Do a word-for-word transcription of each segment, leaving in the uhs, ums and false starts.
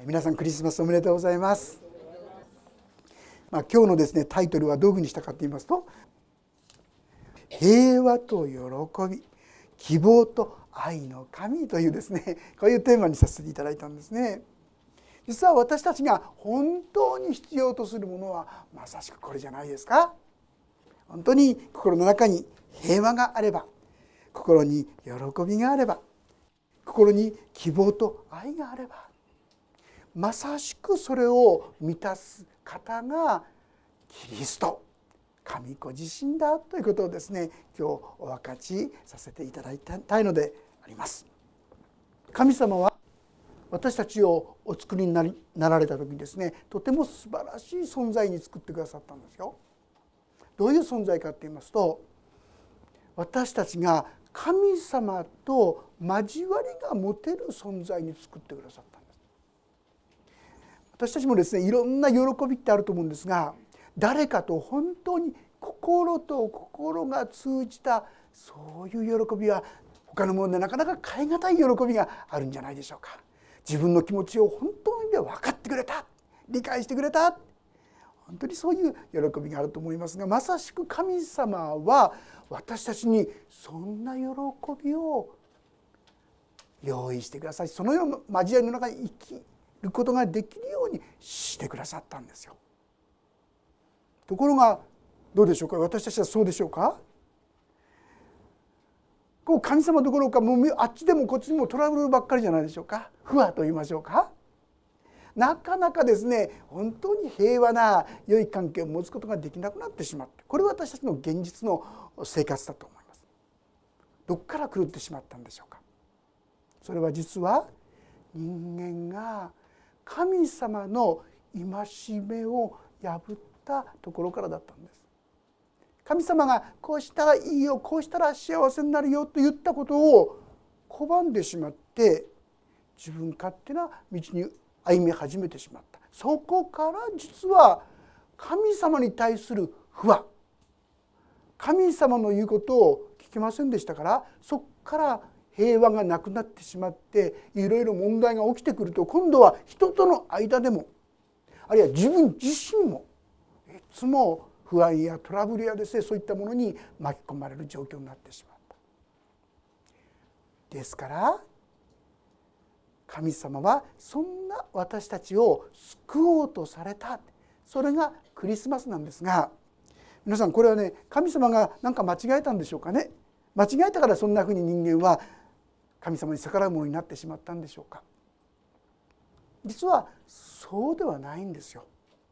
皆さんクリスマスおめでとうございます。まあ、今日のですねタイトルはどういうふうにしたかと言いますと、平和と喜び、希望と愛の神というですね、こういうテーマにさせていただいたんですね。実は私たちが本当に必要とするものはまさしくこれじゃないですか。本当に心の中に平和があれば、心に喜びがあれば、心に希望と愛があれば、まさしくそれを満たす方がキリスト、神子自身だということをですね、今日お分かちさせていただきたいのであります。神様は私たちをお作りになりなられた時にですね、とても素晴らしい存在に作ってくださったんですよ。どういう存在かと言いますと、私たちが神様と交わりが持てる存在に作ってくださったんです。私たちもですね、いろんな喜びってあると思うんですが、誰かと本当に心と心が通じたそういう喜びは他のものでなかなか買い難い喜びがあるんじゃないでしょうか。自分の気持ちを本当に分かってくれた、理解してくれた、本当にそういう喜びがあると思いますが、まさしく神様は私たちにそんな喜びを用意してください、そのような交わりの中に生きることができるようにしてくださったんですよ。ところがどうでしょうか、私たちはそうでしょうか。こう神様どころか、もうあっちでもこっちでもトラブルばっかりじゃないでしょうか。不和と言いましょうか。なかなかですね、本当に平和な良い関係を持つことができなくなってしまって、これは私たちの現実の生活だと思います。どこから狂ってしまったんでしょうか。それは実は人間が神様の戒めを破ったところからだったんです。神様がこうしたらいいよ、こうしたら幸せになるよと言ったことを拒んでしまって、自分勝手な道に歩み始めてしまった。そこから実は神様に対する不和、神様の言うことを聞きませんでしたから、そこから平和がなくなってしまって、いろいろ問題が起きてくると、今度は人との間でも、あるいは自分自身もいつも不安やトラブルやですね、そういったものに巻き込まれる状況になってしまった。ですから神様はそんな私たちを救おうとされた、それがクリスマスなんですが、皆さんこれはね、神様が何か間違えたんでしょうかね。間違えたからそんなふうに人間は神様に逆らうものになってしまったんでしょうか。実はそうではないんですよ。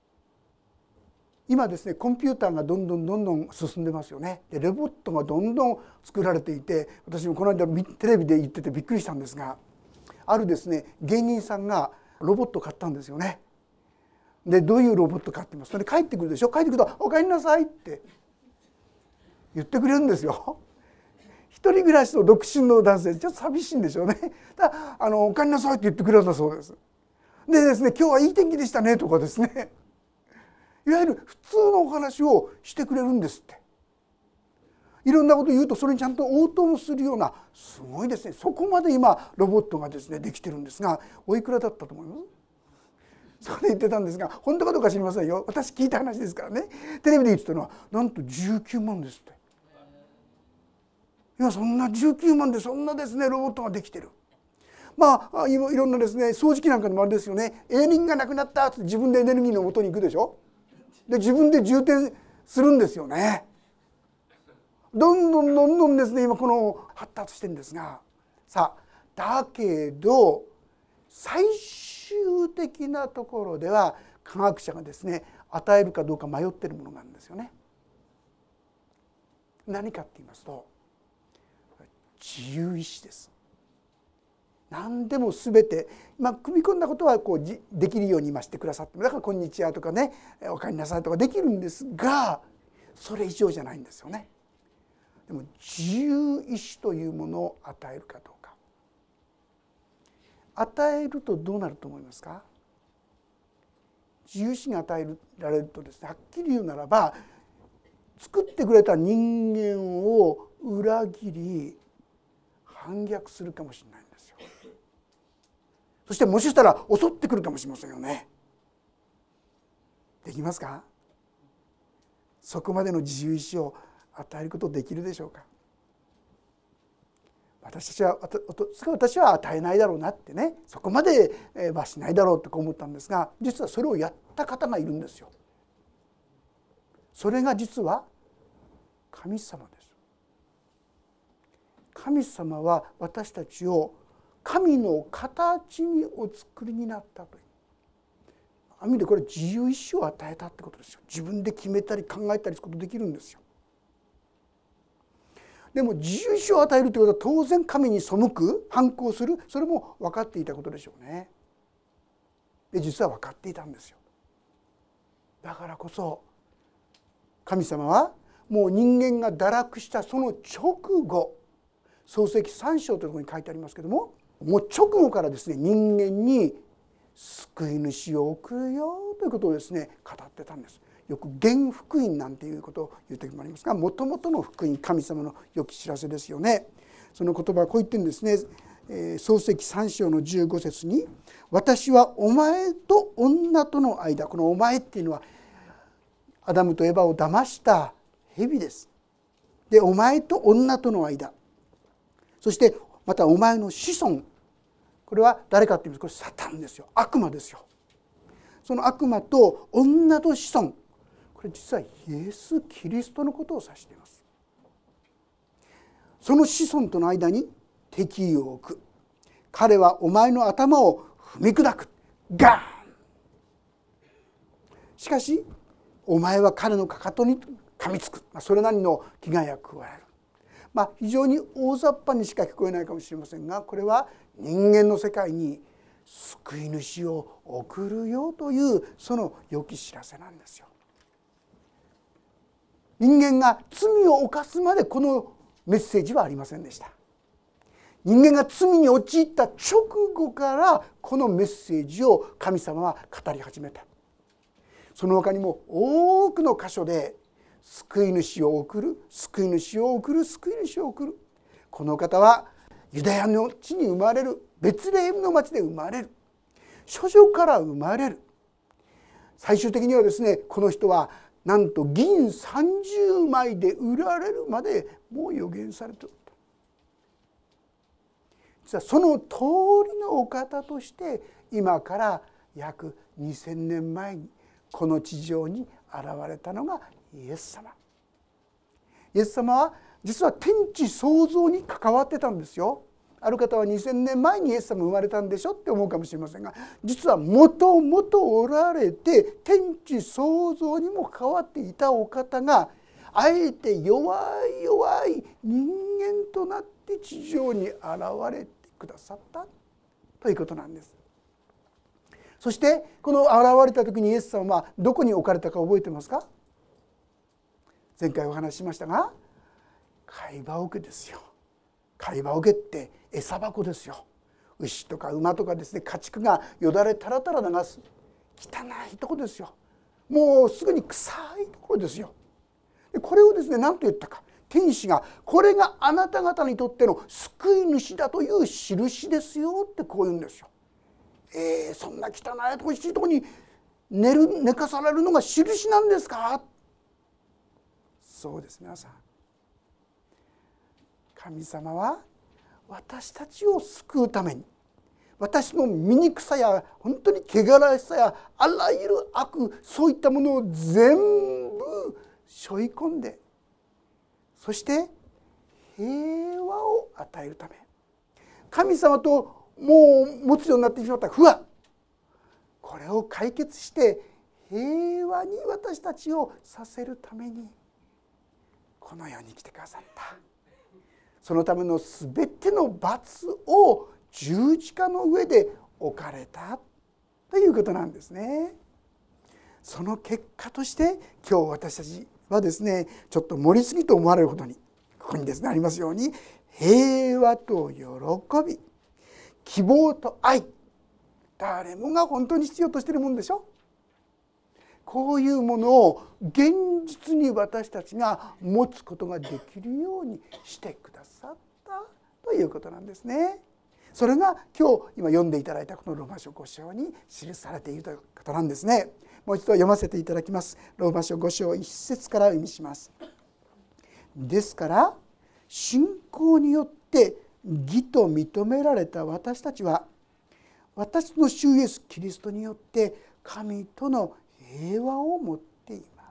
今ですね、コンピューターがどんどんどんどん進んでますよね。でロボットがどんどん作られていて、私もこの間テレビで言っててびっくりしたんですが、あるですね芸人さんがロボットを買ったんですよね。でどういうロボットかって言いますと、それ帰ってくるでしょ。帰ってくると「おかえりなさい」って言ってくれるんですよ。一人暮らしの独身の男性、ちょっと寂しいんでしょうね。だからあの「おかえりなさい」って言ってくれるんだそうです。でですね「今日はいい天気でしたね」とかですね、いわゆる普通のお話をしてくれるんですって。いろんなこと言うとそれにちゃんと応答するような、すごいですね。そこまで今ロボットがですねできてるんですが、おいくらだったと思います？それ言ってたんですが、本当かどうか知りませんよ。私聞いた話ですからね。テレビで言ってたのはなんとじゅうきゅうまんですって。いや、そんなじゅうきゅうまんでそんなですねロボットができてる。まあいろんなですね掃除機なんかにもあれですよね。エネルギーがなくなったって自分でエネルギーの元に行くでしょ。で自分で充填するんですよね。どんどんどんどんですね今この発達してるんですが、さあだけど最終的なところでは科学者がですね与えるかどうか迷っているものなんですよね。何かって言いますと、自由意志です。何でも全て、まあ、組み込んだことはこうできるように今してくださって、だから「こんにちは」とかね「おかえりなさい」とかできるんですが、それ以上じゃないんですよね。でも自由意志というものを与えるかどうか。与えるとどうなると思いますか？自由意志が与えられるとですね、はっきり言うならば、作ってくれた人間を裏切り反逆するかもしれないんですよ。 そしてもしかしたら襲ってくるかもしれませんよね。できますか？そこまでの自由意志を与えることできるでしょうか？私たちは私は与えないだろうなってね、そこまではしないだろうと思ったんですが、実はそれをやった方がいるんですよ。それが実は神様です。神様は私たちを神の形にお作りになったという、ある意味でこれ自由意志を与えたってことですよ。自分で決めたり考えたりすることできるんですよ。でも自由意志を与えるということは当然神に背く、反抗する、それも分かっていたことでしょうね。で実は分かっていたんですよ。だからこそ神様はもう人間が堕落したその直後、創世記さん章というところに書いてありますけども、もう直後からですね、人間に救い主を送るよということをですね語ってたんです。よく原福音なんていうことを言う時もありますが、もともとの福音、神様の良き知らせですよね。その言葉はこう言ってるんですね。えー、創世記さん章のじゅうご節に、私はお前と女との間、このお前っていうのはアダムとエバを騙した蛇です。でお前と女との間、そしてまたお前の子孫、これは誰かっていうんですか？これサタンですよ。悪魔ですよ。その悪魔と女と子孫、これ実はイエス・キリストのことを指しています。その子孫との間に敵意を置く。彼はお前の頭を踏み砕く。ガーン。しかしお前は彼のかかとに噛みつく。それなりの危害が加える。まあ、非常に大雑把にしか聞こえないかもしれませんが、これは人間の世界に救い主を送るよというその良き知らせなんですよ。人間が罪を犯すまでこのメッセージはありませんでした。人間が罪に陥った直後からこのメッセージを神様は語り始めた。その他にも多くの箇所で救い主を送る、救い主を送る、救い主を送る。この方はユダヤの地に生まれる、ベツレヘムの町で生まれる、処女から生まれる。最終的にはですね、この人はなんと銀さんじゅうまいで売られるまでもう予言されている。実はその通りのお方として今から約にせんねんまえにこの地上に現れたのがイエス様。イエス様は実は天地創造に関わってたんですよ。ある方はにせんねんまえにイエス様生まれたんでしょって思うかもしれませんが、実はもともとおられて天地創造にも関わっていたお方が、あえて弱い弱い人間となって地上に現れてくださったということなんです。そしてこの現れた時にイエス様はどこに置かれたか覚えてますか？前回お話ししましたが、貝羽桶ですよ。貝羽桶って餌箱ですよ。牛とか馬とかですね、家畜がよだれたらたら流す汚いところですよ。もうすぐに臭いところですよ。でこれをですね、何と言ったか、天使がこれがあなた方にとっての救い主だという印ですよってこう言うんですよ。えー、そんな汚いところ、しいところに寝る寝かされるのが印なんですか？そうです。皆さん、神様は私たちを救うために、私の醜さや本当に汚らしさやあらゆる悪、そういったものを全部背負い込んで、そして平和を与えるため、神様ともう持つようになってしまった不和、これを解決して平和に私たちをさせるためにこの世に来てくださった。そのためのすべての罰を十字架の上で置かれたということなんですね。その結果として今日私たちはですね、ちょっと盛りすぎと思われるほどに、ここにですねありますように、平和と喜び、希望と愛、誰もが本当に必要としているものでしょ。こういうものを現実に私たちが持つことができるようにしてくださったということなんですね。 それが今日今読んでいただいたこのローマ書ご章に記されているということなんですね。もう一度読ませていただきます。ローマ書ご章いち節から読みします。ですから信仰によって義と認められた私たちは、私の主イエスキリストによって神との平和を持っています。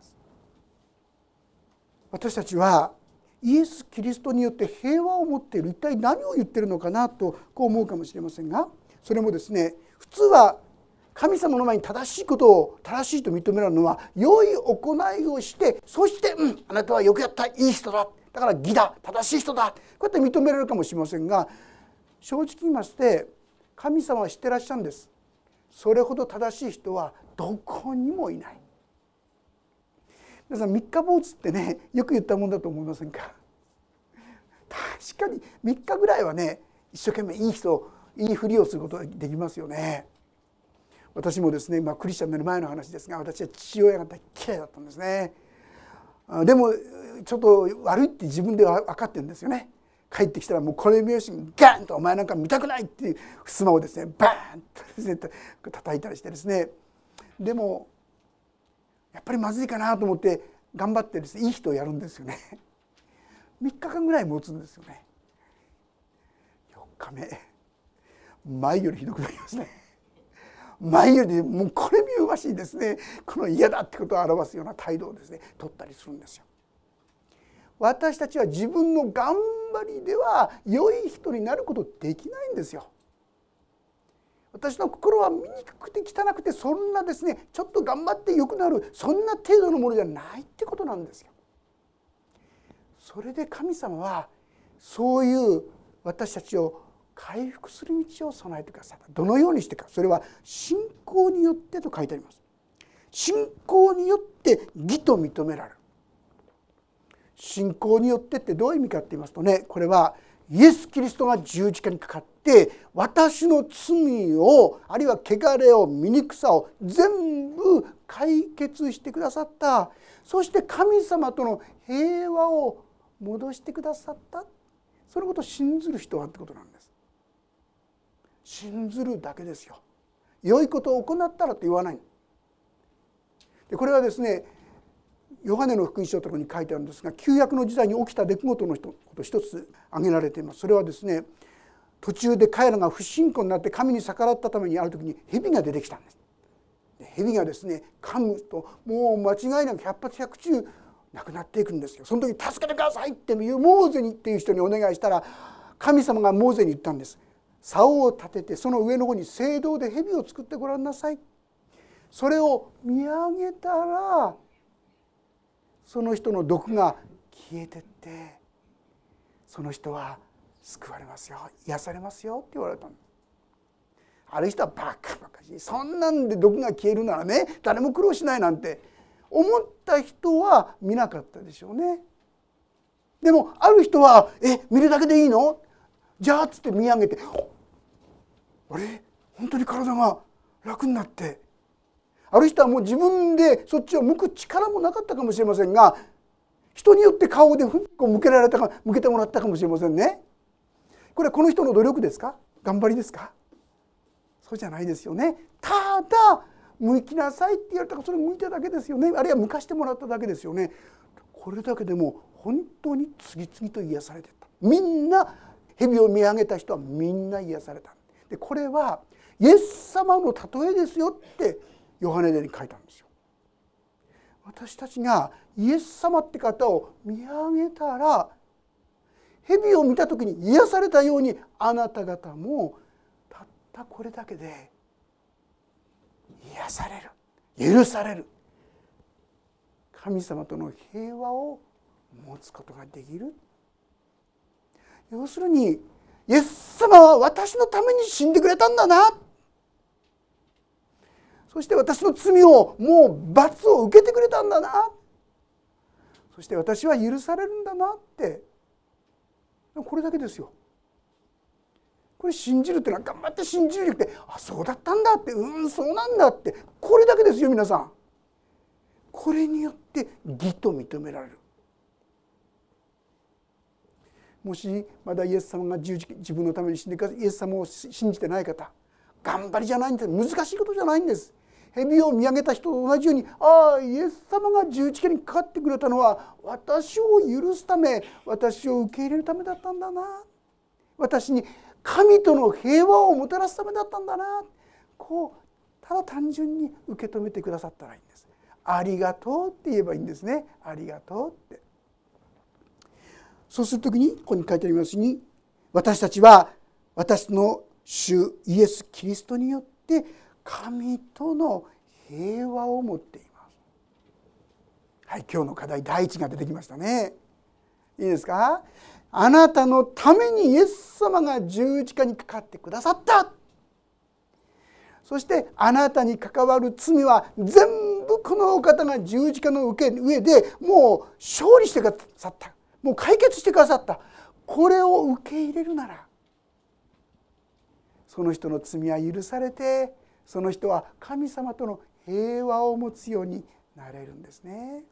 私たちはイエス・キリストによって平和を持っている。一体何を言っているのかなとこう思うかもしれませんが、それもですね、普通は神様の前に正しいことを正しいと認められるのは良い行いをして、そして、うん、あなたはよくやった、いい人だ、だから義だ、正しい人だ、こうやって認められるかもしれませんが、正直言いまして神様は知ってらっしゃるんです。それほど正しい人はどこにもいない。皆さん、三日坊主ってね、よく言ったもんだと思いませんか。確かにみっかぐらいはね、一生懸命いい人、いいふりをすることができますよね。私もですね、まあ、クリスチャンになる前の話ですが、私は父親が大嫌いだったんですね。でもちょっと悪いって自分では分かってるんですよね。帰ってきたらもうこれ見よしにガンと、お前なんか見たくないっていう襖をですねバーンとですね叩いたりしてですね、でもやっぱりまずいかなと思って頑張ってですね、いい人をやるんですよね。みっかかんぐらい持つんですよね。よっかめ、前よりひどくなりますね。前よりもうこれ見よがしいですね、この嫌だってことを表すような態度をですね取ったりするんですよ。私たちは自分の頑張りでは良い人になることできないんですよ。私の心は醜くて汚くて、そんなですねちょっと頑張って良くなる、そんな程度のものじゃないってことなんですよ。それで神様はそういう私たちを回復する道を備えてくださった。どのようにしてか、それは信仰によってと書いてあります。信仰によって義と認められる。信仰によってってどういう意味かって言いますとね、これはイエス・キリストが十字架にかかって私の罪を、あるいは汚れを、醜さを全部解決してくださった。そして神様との平和を戻してくださった。そのことを信ずる人はってことなんです。信ずるだけですよ。良いことを行ったらと言わない。でこれはですね、ヨハネの福音書のところに書いてあるんですが、旧約の時代に起きた出来事のこと一つ挙げられています。それはですね、途中で彼らが不信仰になって神に逆らったために、ある時に蛇が出てきたんです。で蛇がですね噛むと、もう間違いなく百発百中なくなっていくんですよ。その時助けてくださいっていうモーゼにっていう人にお願いしたら、神様がモーゼに言ったんです。竿を立ててその上の方に青銅で蛇を作ってごらんなさい。それを見上げたらその人の毒が消えてって、その人は救われますよ、癒されますよって言われたの。ある人はバカバカしい、そんなんで毒が消えるならね誰も苦労しないなんて思った人は見なかったでしょうね。でもある人は「え見るだけでいいの？じゃあ」っつって見上げて、あれ本当に体が楽になって、ある人はもう自分でそっちを向く力もなかったかもしれませんが、人によって顔でふんこ向けられたか向けてもらったかもしれませんね。これはこの人の努力ですか？頑張りですか？そうじゃないですよね。ただ向きなさいって言われたからそれ向いただけですよね。あるいは向かしてもらっただけですよね。これだけでも本当に次々と癒されてた。みんな蛇を見上げた人はみんな癒された。でこれはイエス様の例えですよってヨハネ伝に書いたんですよ。私たちがイエス様って方を見上げたら、蛇を見た時に癒されたように、あなた方もたったこれだけで癒される、許される、神様との平和を持つことができる。要するにイエス様は私のために死んでくれたんだな、そして私の罪をもう罰を受けてくれたんだな、そして私は許されるんだなって、これだけですよ。これ信じるっていうのは頑張って信じるって、あそうだったんだって、うんそうなんだって、これだけですよ皆さん。これによって義と認められる。 もしまだイエス様が十字自分のために死んでください、イエス様を信じてない方、頑張りじゃないんです。難しいことじゃないんです。蛇を見上げた人と同じように、ああイエス様が十字架にかかってくれたのは私を許すため、私を受け入れるためだったんだな、私に神との平和をもたらすためだったんだな、こうただ単純に受け止めてくださったらいいんです。ありがとうって言えばいいんですね。ありがとうって。そうするときにここに書いてありますように、私たちは私の主イエス・キリストによって神との平和を持っています。はい、今日の課題第一が出てきましたね。いいですか。あなたのためにイエス様が十字架にかかってくださった。そしてあなたに関わる罪は全部このお方が十字架の上でもう勝利してくださった。もう解決してくださった。これを受け入れるなら、その人の罪は許されて、その人は神様との平和を持つようになれるんですね。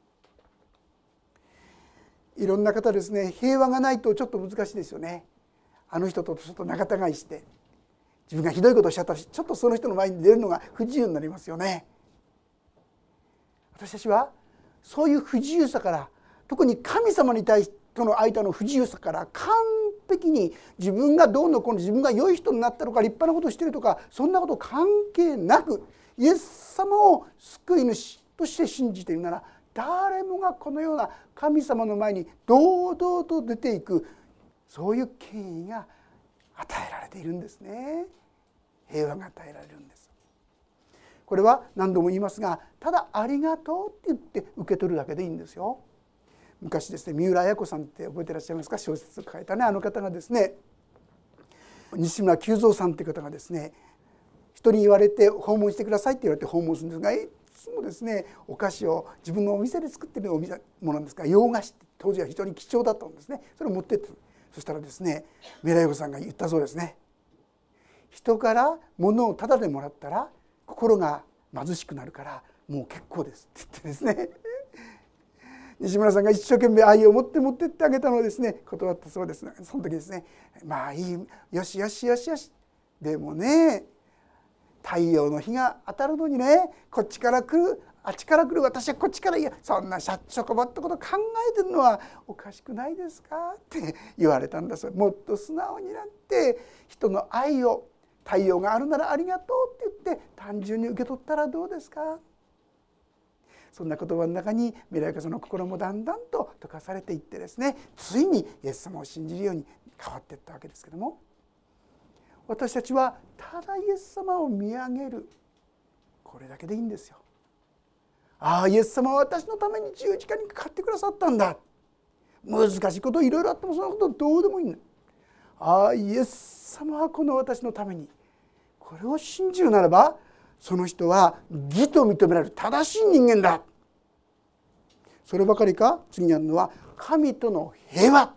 いろんな方ですね、平和がないとちょっと難しいですよね。あの人とちょっと仲違いして自分がひどいことをしちゃったし、ちょっとその人の前に出るのが不自由になりますよね。私たちはそういう不自由さから、特に神様に対してとの間の不自由さから完璧に自分がどうのこうの、自分が良い人になったとか立派なことをしているとか、そんなこと関係なくイエス様を救い主として信じているなら、誰もがこのような神様の前に堂々と出ていく、そういう権威が与えられているんですね。平和が与えられるんです。これは何度も言いますが、ただありがとうって言って受け取るだけでいいんですよ。昔ですね、三浦綾子さんって覚えていらっしゃいますか。小説を書いたね、あの方がですね、西村久三さんという方がですね、人に言われて訪問してくださいって言われて訪問するんですが、いつもですねお菓子を自分のお店で作っているお店ものなんですが、洋菓子って当時は非常に貴重だったんですね。それを持ってって、そしたらですね、三浦綾子さんが言ったそうですね。人から物をタダでもらったら心が貧しくなるからもう結構ですって言ってですね、西村さんが一生懸命愛を持って持ってってあげたのをですね断ったそうです。その時ですね、まあいい、よしよしよしよし、でもね太陽の日が当たるのにね、こっちから来るあっちから来る、私はこっちから、いやそんなしゃっちょこばったこと考えてるのはおかしくないですかって言われたんだそう。もっと素直になって人の愛を、太陽があるならありがとうって言って単純に受け取ったらどうですか。そんな言葉の中に三浦綾子さんの心もだんだんと溶かされていってですね、ついにイエス様を信じるように変わっていったわけですけども、私たちはただイエス様を見上げる、これだけでいいんですよ。ああイエス様は私のために十字架にかかってくださったんだ。難しいこといろいろあってもそのことどうでもいいんだ。ああイエス様はこの私のために、これを信じるならばその人は義と認められる正しい人間だ。そればかりか、次にあるのは神との平和。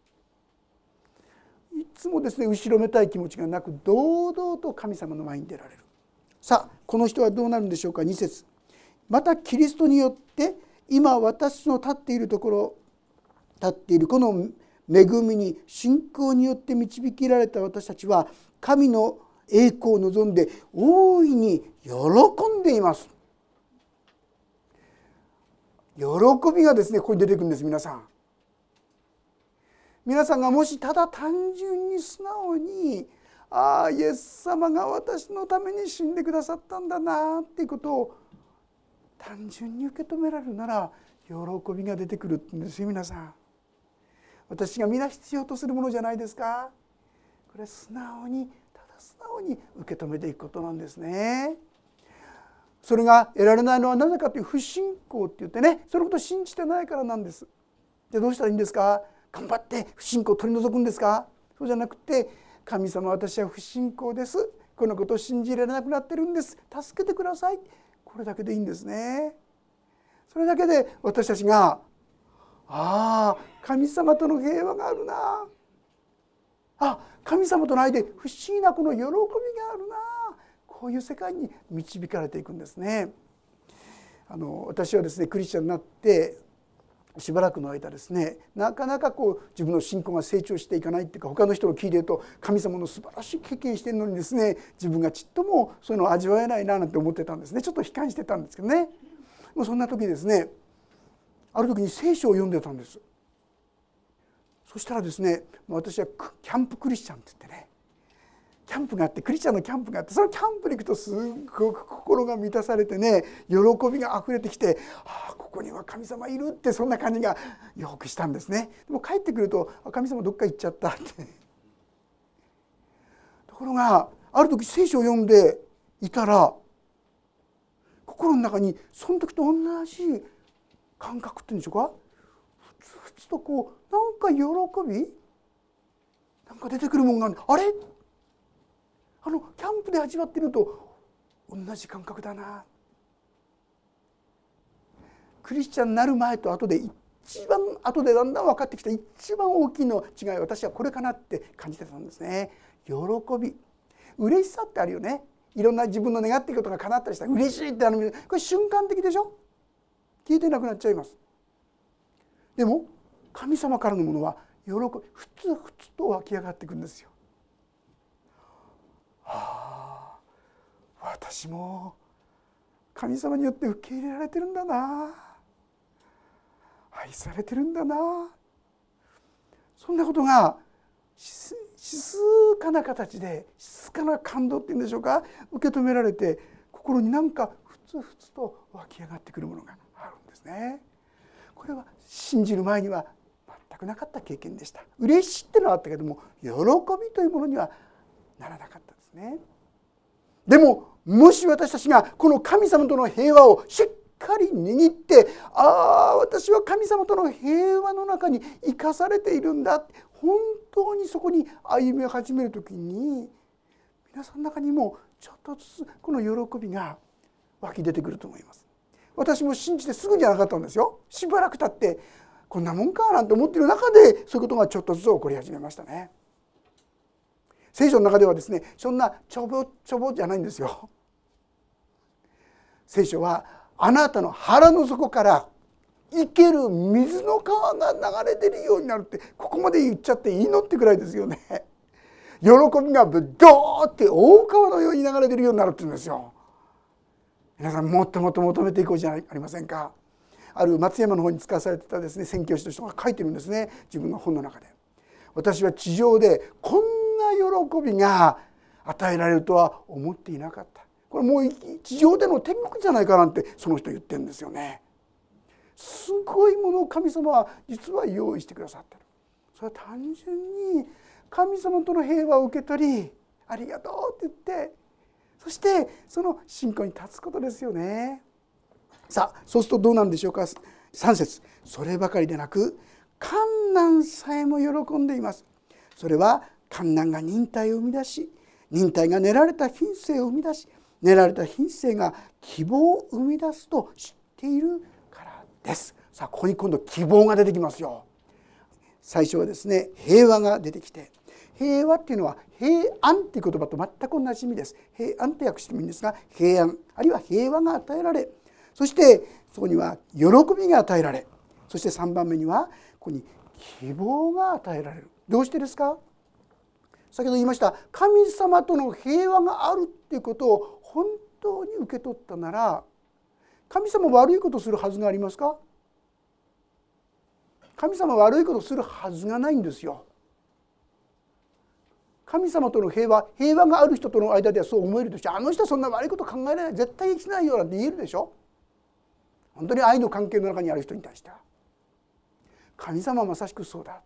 いつもですね後ろめたい気持ちがなく堂々と神様の前に出られる。さあこの人はどうなるんでしょうか。に節、またキリストによって今私の立っているところ立っているこの恵みに信仰によって導きられた私たちは神の栄光を望んで大いに喜んでいます。喜びがですねここに出てくるんです。皆さん皆さんがもしただ単純に素直に、ああイエス様が私のために死んでくださったんだなっていうことを単純に受け止められるなら、喜びが出てくるんですよ。皆さん私が皆必要とするものじゃないですか。これ素直に、ただ素直に受け止めていくことなんですね。それが得られないのはなぜかという不信仰って言ってね、そのことを信じてないからなんです。でどうしたらいいんですか。頑張って不信仰を取り除くんですか。そうじゃなくて、神様私は不信仰です、このことを信じられなくなってるんです、助けてください、これだけでいいんですね。それだけで私たちが、ああ神様との平和があるな、あ神様との間で不思議なこの喜びがあるな、こういう世界に導かれていくんですね。あの私はですねクリスチャンになってしばらくの間ですね、なかなかこう自分の信仰が成長していかないっていうか、他の人の聞いていると神様の素晴らしい経験してるのにですね、自分がちっともそういうのを味わえないななんて思ってたんですね。ちょっと悲観してたんですけどね。もうそんな時ですね、ある時に聖書を読んでたんです。そしたらですね、私はキャンプクリスチャンって言ってね、キャンプがあって、クリスチャンのキャンプがあって、そのキャンプに行くとすごく心が満たされてね、喜びがあふれてきて、ああここには神様いるって、そんな感じがよくしたんですね。でも帰ってくると、神様どっか行っちゃったってところが、ある時聖書を読んでいたら、心の中にその時と同じ感覚っていうんでしょうか、ふつふつとこうなんか喜びなんか出てくるもんがある。あれ、あのキャンプで味わっているのと同じ感覚だな。クリスチャンになる前と後で一番後でだんだん分かってきた一番大きいの違い、私はこれかなって感じてたんですね。喜び、嬉しさってあるよね。いろんな自分の願っていることが叶ったりしたら嬉しいってある。これ瞬間的でしょ。聞いてなくなっちゃいます。でも神様からのものは喜び、ふつふつと湧き上がってくるんですよ。はあ、私も神様によって受け入れられてるんだな、愛されてるんだな、そんなことが静かな形で、静かな感動っていうんでしょうか、受け止められて、心になんかふつふつと湧き上がってくるものがあるんですね。これは信じる前には全くなかった経験でした。嬉しいってのはあったけども、喜びというものにはならなかったですね。でももし私たちがこの神様との平和をしっかり握って、ああ私は神様との平和の中に生かされているんだ、本当にそこに歩み始める時に、皆さんの中にもちょっとずつこの喜びが湧き出てくると思います。私も信じてすぐじゃなかったんですよ。しばらく経ってこんなもんかなんて思っている中で、そういうことがちょっとずつ起こり始めましたね。聖書の中ではですね、そんなちょぼちょぼじゃないんですよ。聖書はあなたの腹の底から生ける水の川が流れてるようになるって、ここまで言っちゃっていいのってくらいですよね。喜びがドーって大川のように流れてるようになるって言うんですよ。皆さんもっともっと求めていこうじゃありませんか。ある松山の方に使わされてたですね、宣教師の人が書いてるんですね、自分の本の中で。私は地上でこんな喜びが与えられるとは思っていなかった。これもう地上での天国じゃないかなんてその人言ってるんですよね。すごいものを神様は実は用意してくださってる。それは単純に神様との平和を受け取り、ありがとうって言って、そしてその信仰に立つことですよね。さあそうするとどうなんでしょうか。さん節、そればかりでなく患難さえも喜んでいます。それは患難が忍耐を生み出し、忍耐が練られた品性を生み出し、練られた品性が希望を生み出すと知っているからです。さあここに今度希望が出てきますよ。最初はですね、平和が出てきて、平和っていうのは平安っていう言葉と全く同じ意味です。平安って訳してもいいんですが、平安あるいは平和が与えられ、そしてそこには喜びが与えられ、そしてさんばんめにはここに希望が与えられる。どうしてですか。先ほど言いました、神様との平和があるっていうことを本当に受け取ったなら、神様悪いことをするはずがありますか。神様悪いことをするはずがないんですよ。神様との平和、平和がある人との間ではそう思えるでしょ。あの人はそんな悪いこと考えられない、絶対しないよなんて言えるでしょ。本当に愛の関係の中にある人に対しては。神様はまさしくそうだ。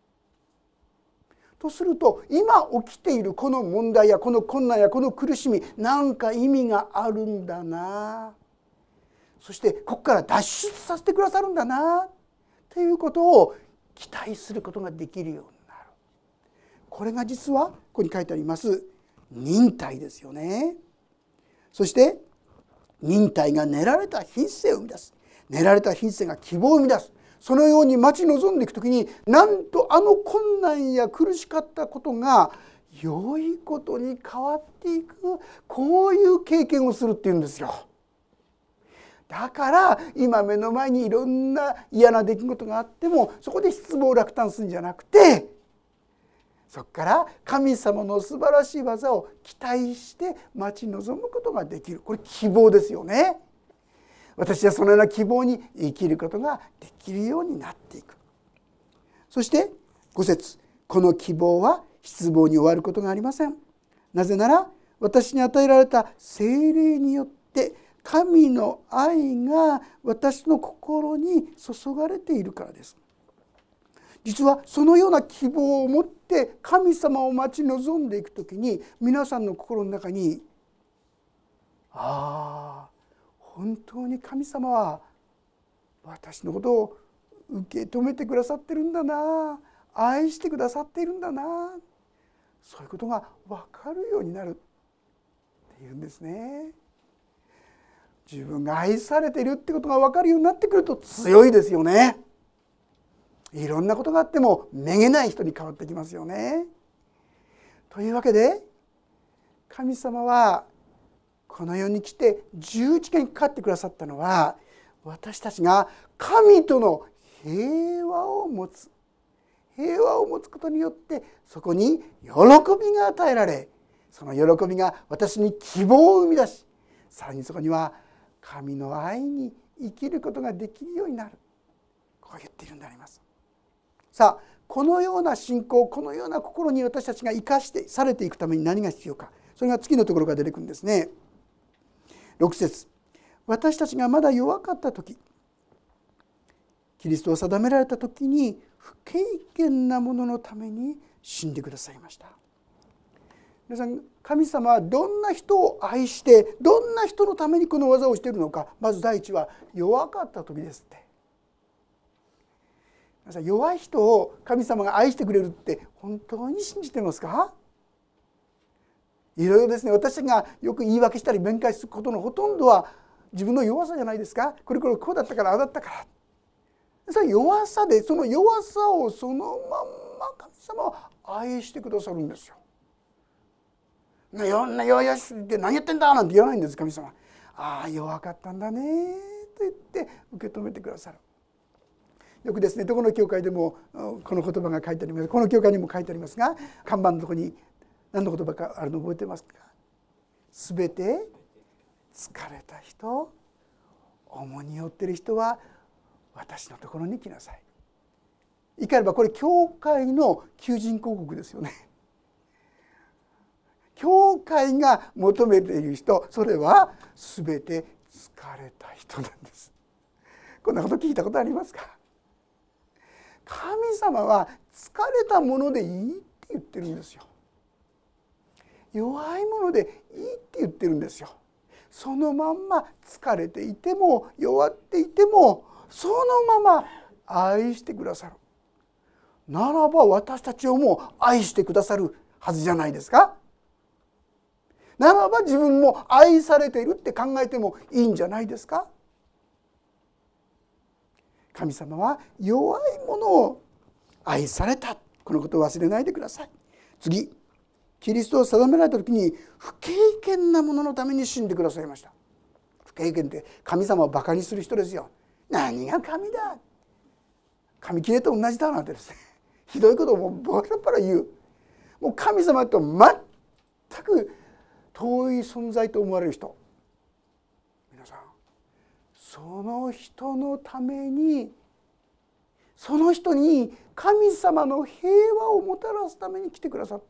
とすると今起きているこの問題やこの困難やこの苦しみ、なんか意味があるんだな、そしてここから脱出させてくださるんだなということを期待することができるようになる。これが実はここに書いてあります忍耐ですよね。そして忍耐が練られた品性を生み出す、練られた品性が希望を生み出す。そのように待ち望んでいくときに、なんとあの困難や苦しかったことが良いことに変わっていく、こういう経験をするっていうんですよ。 だから今目の前にいろんな嫌な出来事があってもそこで失望落胆するんじゃなくて、そこから神様の素晴らしい技を期待して待ち望むことができる。これ希望ですよね。私はそのような希望に生きることができるようになっていく。そしてご節、この希望は失望に終わることがありません。なぜなら私に与えられた聖霊によって神の愛が私の心に注がれているからです。実はそのような希望を持って神様を待ち望んでいくときに、皆さんの心の中に、ああ本当に神様は私のことを受け止めてくださってるんだな、愛してくださっているんだな、そういうことが分かるようになるっていうんですね。自分が愛されているってことが分かるようになってくると強いですよね。いろんなことがあってもめげない人に変わってきますよね。というわけで神様はこの世に来て十字架にかかってくださったのは、私たちが神との平和を持つ平和を持つことによってそこに喜びが与えられ、その喜びが私に希望を生み出し、さらにそこには神の愛に生きることができるようになる、こう言っているんであります。さあこのような信仰、このような心に私たちが生かしてされていくために何が必要か、それが次のところが出てくるんですね。ろく節、私たちがまだ弱かった時、キリストを定められた時に不経験なもののために死んでくださいました。皆さん、神様はどんな人を愛してどんな人のためにこの技をしているのか、まず第一は弱かった時ですって。皆さん、弱い人を神様が愛してくれるって本当に信じてますか？いろいろですね、私たちがよく言い訳したり弁解することのほとんどは自分の弱さじゃないですか。これこれこうだったからああだったから、それは弱さで、その弱さをそのまんま神様は愛してくださるんですよ。いろんな弱々しすぎて何やってんだなんて言わないんです。神様、ああ弱かったんだねと言って受け止めてくださる。よくですね、どこの教会でもこの言葉が書いてあります。この教会にも書いてありますが、看板のところに何の言葉かあるの覚えてますか？すべて疲れた人、重荷を負っている人は私のところに来なさい。言い換えればこれ教会の求人広告ですよね。教会が求めている人、それはすべて疲れた人なんです。こんなこと聞いたことありますか？神様は疲れたものでいいって言ってるんですよ。弱いものでいいって言ってるんですよ。そのまんま疲れていても弱っていてもそのまま愛してくださるならば、私たちをも愛してくださるはずじゃないですか。ならば自分も愛されているって考えてもいいんじゃないですか。神様は弱いものを愛された、このことを忘れないでください。次、キリストを定められた時に不経験なもののために死んでくださいました。不経験って神様をバカにする人ですよ。何が神だ、神きれと同じだなんてですね、ひどいことをもうバラバラ言う。もう神様と全く遠い存在と思われる人、皆さん、その人のために、その人に神様の平和をもたらすために来てくださった。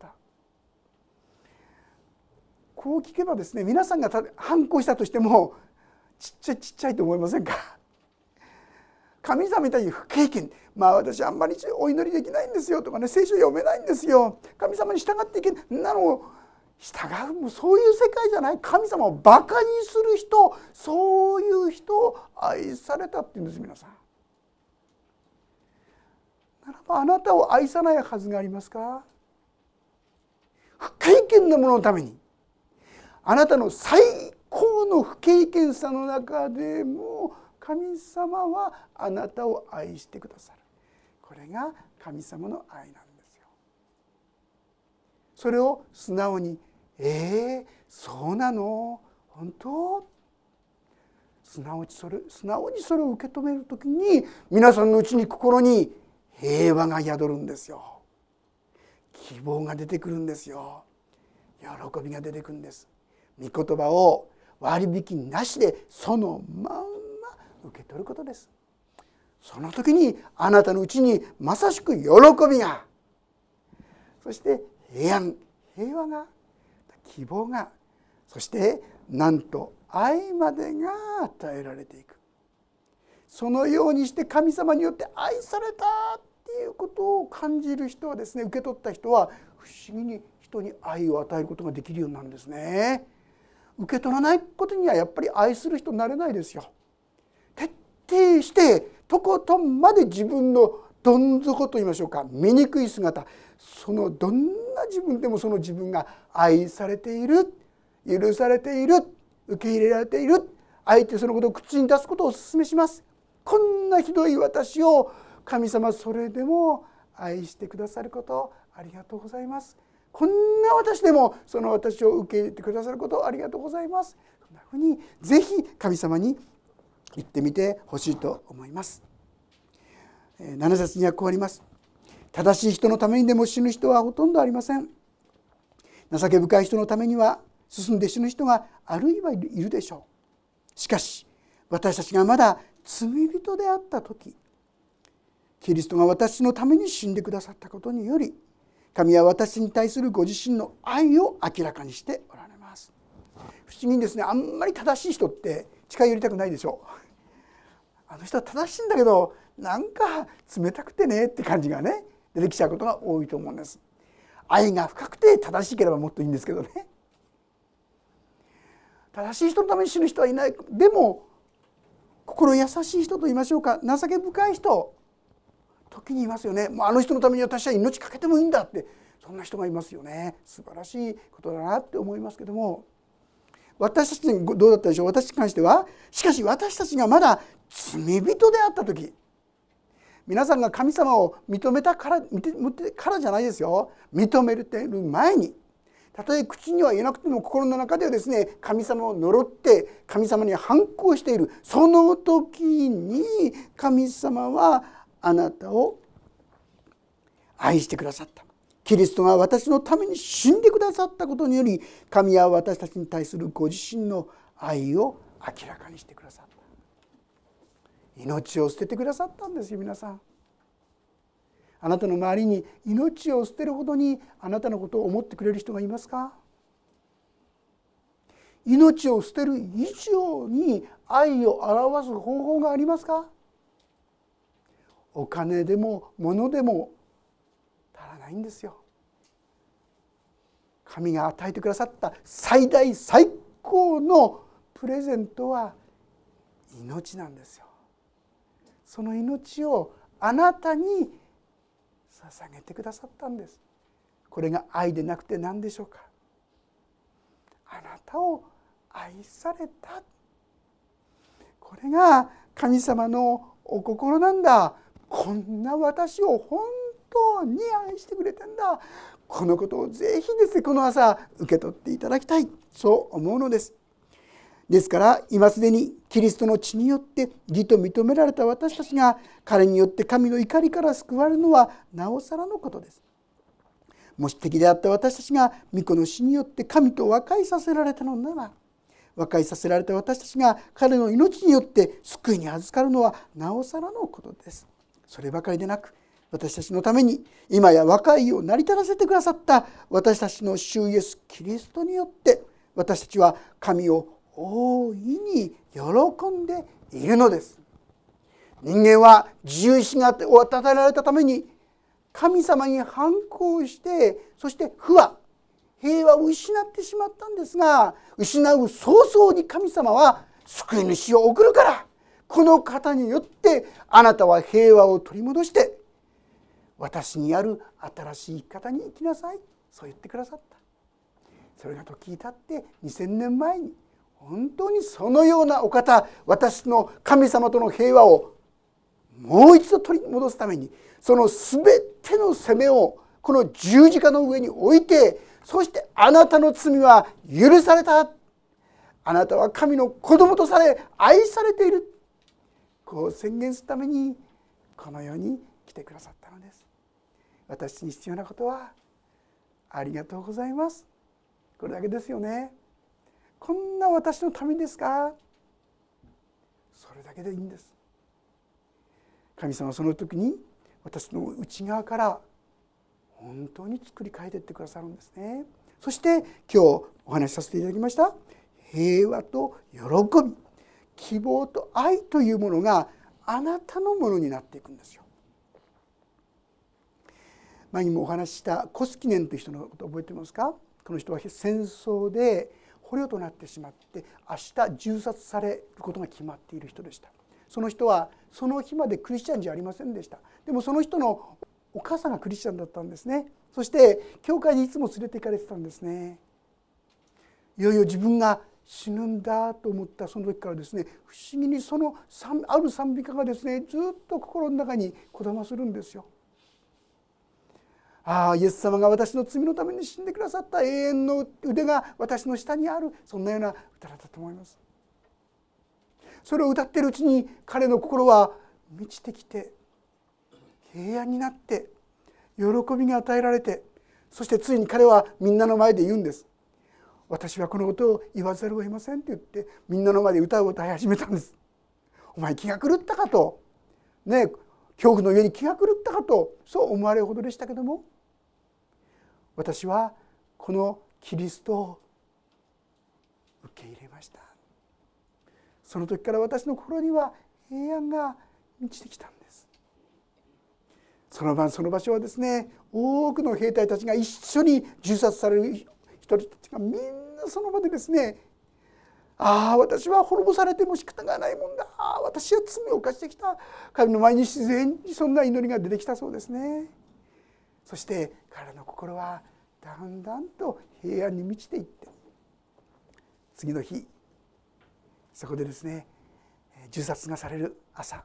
こう聞けばですね、皆さんが反抗したとしてもちっちゃいちっちゃいと思いませんか？神様みたいに不経験、まあ私あんまりお祈りできないんですよとかね、聖書読めないんですよ、神様に従っていけなのを従う、もうそういう世界じゃない。神様をバカにする人、そういう人を愛されたって言うんです。皆さん、ならばあなたを愛さないはずがありますか？不経験なもののために、あなたの最高の不経験さの中でも神様はあなたを愛してくださる。これが神様の愛なんですよ。それを素直に、えー、そうなの？本当？ すなわちそれ素直にそれを受け止めるときに、皆さんのうちに心に平和が宿るんですよ。希望が出てくるんですよ。喜びが出てくるんです。御言葉を割引なしでそのまんま受け取ることです。その時にあなたのうちにまさしく喜びが、そして平安、平和が、希望が、そしてなんと愛までが与えられていく。そのようにして神様によって愛されたっていうことを感じる人はですね、受け取った人は不思議に人に愛を与えることができるようになるんですね。受け取らないことにはやっぱり愛する人になれないですよ。徹底してとことんまで自分のどん底と言いましょうか、醜い姿、そのどんな自分でもその自分が愛されている、許されている、受け入れられている、あえてそのことを口に出すことをお勧めします。こんなひどい私を神様それでも愛してくださることありがとうございます。こんな私でもその私を受け入れてくださることありがとうございます。そんなふうにぜひ神様に言ってみてほしいと思います。なな節にはこうあります。正しい人のためにでも死ぬ人はほとんどありません。情け深い人のためには進んで死ぬ人があるいはいるでしょう。しかし私たちがまだ罪人であった時、キリストが私のために死んでくださったことにより、神は私に対するご自身の愛を明らかにしておられます。不思議にですね、あんまり正しい人って近寄りたくないでしょう。あの人は正しいんだけどなんか冷たくてねって感じがね出てきちゃうことが多いと思うんです。愛が深くて正しければもっといいんですけどね。正しい人のために死ぬ人はいない。でも心優しい人と言いましょうか、情け深い人時にいますよね。もうあの人のために私は命かけてもいいんだって、そんな人がいますよね。素晴らしいことだなって思いますけども、私たちにどうだったでしょう。私に関しては、しかし私たちがまだ罪人であった時、皆さんが神様を認めたから、認めてからじゃないですよ。認めている前に、たとえ口には言えなくても心の中ではですね、神様を呪って神様に反抗している、その時に神様はあなたを愛してくださった。キリストが私のために死んでくださったことにより、神は私たちに対するご自身の愛を明らかにしてくださった。命を捨ててくださったんですよ。皆さん、あなたの周りに命を捨てるほどにあなたのことを思ってくれる人がいますか？命を捨てる以上に愛を表す方法がありますか？お金でも物でも足らないんですよ。神が与えてくださった最大最高のプレゼントは命なんですよ。その命をあなたに捧げてくださったんです。これが愛でなくて何でしょうか。あなたを愛された、これが神様のお心なんだ。こんな私を本当に愛してくれてんだ。このことをぜひですね、この朝受け取っていただきたい、そう思うのです。ですから今すでにキリストの血によって義と認められた私たちが、彼によって神の怒りから救われるのはなおさらのことです。もし敵であった私たちが御子の死によって神と和解させられたのなら、和解させられた私たちが彼の命によって救いに預かるのはなおさらのことです。そればかりでなく、私たちのために今や和解を成り立たせてくださった私たちの主イエスキリストによって、私たちは神を大いに喜んでいるのです。人間は自由意志が与えられたために神様に反抗して、そして不和平和を失ってしまったんですが、失う早々に神様は救い主を送るから、この方によってあなたは平和を取り戻して、私にある新しい生き方に生きなさい、そう言ってくださった。それが時に経ってにせんねんまえに本当にそのようなお方、私の神様との平和をもう一度取り戻すために、その全ての責めをこの十字架の上に置いて、そしてあなたの罪は許された、 あなたは神の子供とされ愛されている、こう宣言するためにこの世に来てくださったのです。私に必要なことはありがとうございます、これだけですよね。こんな私のためですか、それだけでいいんです。神様はその時に私の内側から本当に作り変えていってくださるんですね。そして今日お話しさせていただきました平和と喜び、希望と愛というものがあなたのものになっていくんですよ。前にもお話ししたコスキネンという人のこと覚えてますか。この人は戦争で捕虜となってしまって明日銃殺されることが決まっている人でした。その人はその日までクリスチャンじゃありませんでした。でもその人のお母さんがクリスチャンだったんですね。そして教会にいつも連れて行かれてたんですね。いよいよ自分が死ぬんだと思ったその時からですね、不思議にそのある賛美歌がですねずっと心の中にこだまするんですよ。ああ、イエス様が私の罪のために死んでくださった、永遠の腕が私の下にある、そんなような歌だったと思います。それを歌っているうちに彼の心は満ちてきて平安になって喜びが与えられて、そしてついに彼はみんなの前で言うんです。私はこのことを言わざるを得ませんって言ってみんなの前で歌を歌い始めたんです。お前気が狂ったかとね、恐怖の上に気が狂ったかとそう思われるほどでしたけども、私はこのキリストを受け入れました。その時から私の心には平安が満ちてきたんです。その晩その場所はですね、多くの兵隊たちが一緒に銃殺される人たちがみんなその場でですね、ああ私は滅ぼされても仕方がないもんだ、ああ私は罪を犯してきた、神の前に自然にそんな祈りが出てきたそうですね。そして彼の心はだんだんと平安に満ちていって、次の日そこでですね銃殺がされる朝、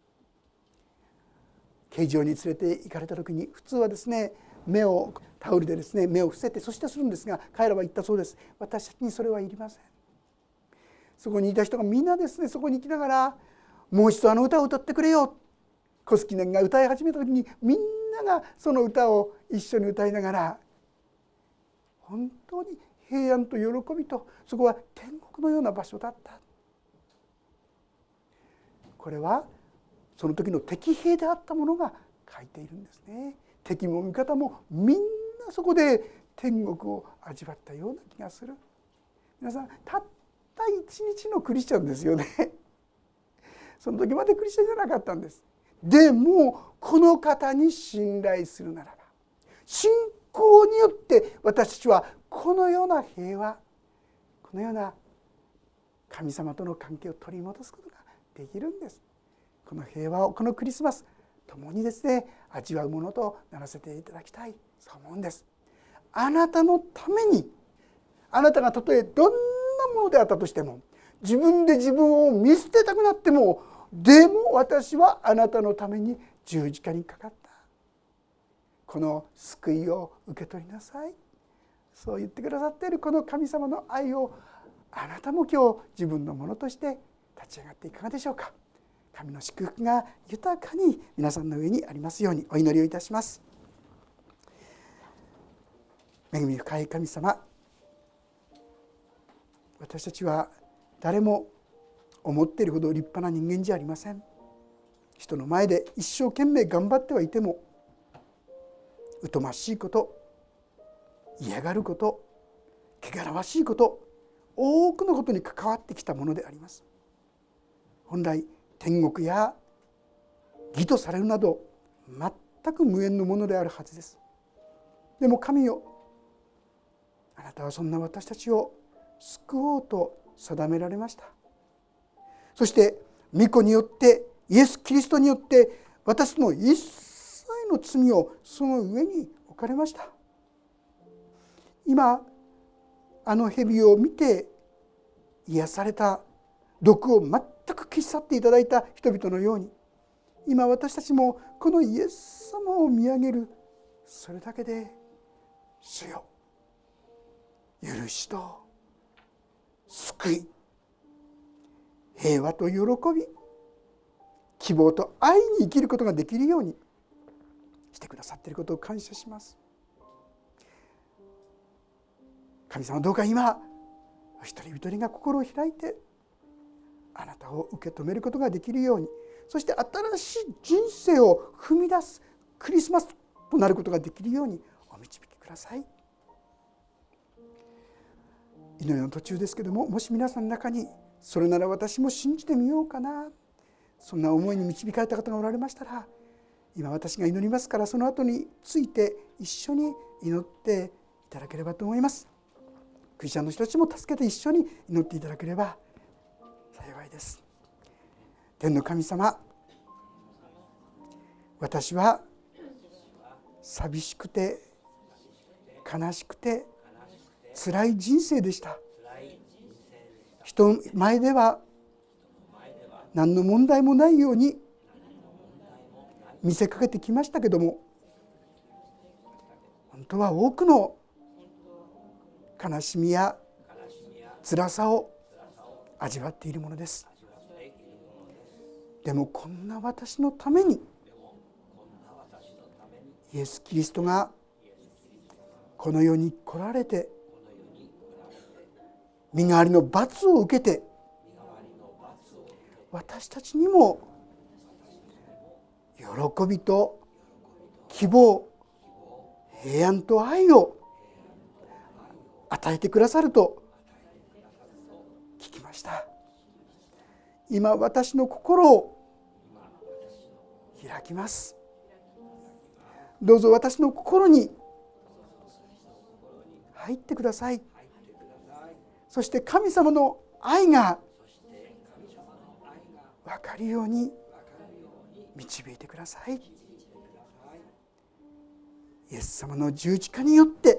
刑場に連れて行かれた時に普通はですね目をタオルでですね目を伏せてそしてするんですが、彼らは言ったそうです。私たちにそれはいりません。そこにいた人がみんなですねそこに行きながら、もう一度あの歌を歌ってくれよ、コスキネンが歌い始めた時にみんながその歌を一緒に歌いながら、本当に平安と喜びと、そこは天国のような場所だった。これはその時の敵兵であったものが書いているんですね。敵も味方もみんなそこで天国を味わったような気がする。皆さんたった一日のクリスチャンですよね。その時までクリスチャンじゃなかったんです。でもこの方に信頼するならば、信仰によって私たちはこのような平和、このような神様との関係を取り戻すことができるんです。この平和をこのクリスマス共にですね味わうものとならせていただきたい、そう思うんです。あなたのために、あなたがたとえどんなものであったとしても、自分で自分を見捨てたくなっても、でも私はあなたのために十字架にかかった、この救いを受け取りなさい、そう言ってくださっているこの神様の愛をあなたも今日自分のものとして立ち上がっていかがでしょうか。神の祝福が豊かに皆さんの上にありますようにお祈りをいたします。恵み深い神様、私たちは誰も思っているほど立派な人間じゃありません。人の前で一生懸命頑張ってはいても、疎ましいこと、嫌がること、汚らわしいこと、多くのことに関わってきたものであります。本来天国や義とされるなど全く無縁のものであるはずです。でも神よ、あなたはそんな私たちを救おうと定められました。そして御子によってイエス・キリストによって私の一切の罪をその上に置かれました。今あの蛇を見て癒された、毒を全く消し去っていただいた人々のように、今私たちもこのイエス様を見上げる、それだけで主よ、許しと救い、平和と喜び、希望と愛に生きることができるようにしてくださっていることを感謝します。神様、どうか今お一人一人が心を開いてあなたを受け止めることができるように、そして新しい人生を踏み出すクリスマスとなることができるようにお導きください。祈りの途中ですけども、もし皆さんの中にそれなら私も信じてみようかな、そんな思いに導かれた方がおられましたら、今私が祈りますから、その後について一緒に祈っていただければと思います。クリスチャンの人たちも助けて一緒に祈っていただければ幸いです。天の神様、私は寂しくて悲しくて辛い人生でした。人前では何の問題もないように見せかけてきましたけども、本当は多くの悲しみや辛さを味わっているものです。でもこんな私のためにイエス・キリストがこの世に来られて、身代わりの罰を受けて、私たちにも喜びと希望、平安と愛を与えてくださると聞きました。今私の心を開きます。どうぞ私の心に入ってください。そして神様の愛が分かるように導いてください。イエス様の十字架によって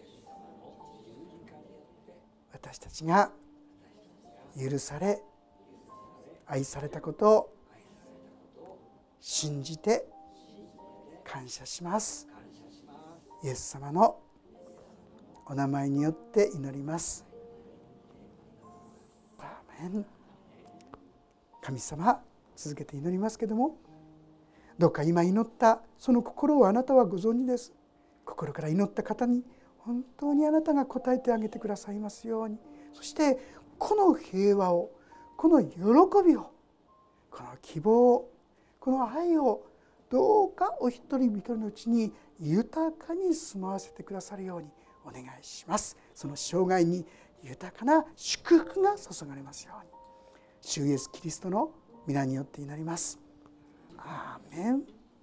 私たちが許され愛されたことを信じて感謝します。イエス様のお名前によって祈ります。アーメン。神様、続けて祈りますけども、どうか今祈ったその心をあなたはご存知です。心から祈った方に本当にあなたが応えてあげてくださいますように。そしてこの平和を、この喜びを、この希望を、この愛をどうかお一人一人のうちに豊かに住まわせてくださるようにお願いします。その生涯に豊かな祝福が注がれますように、主イエスキリストの皆によって祈ります。アーメン。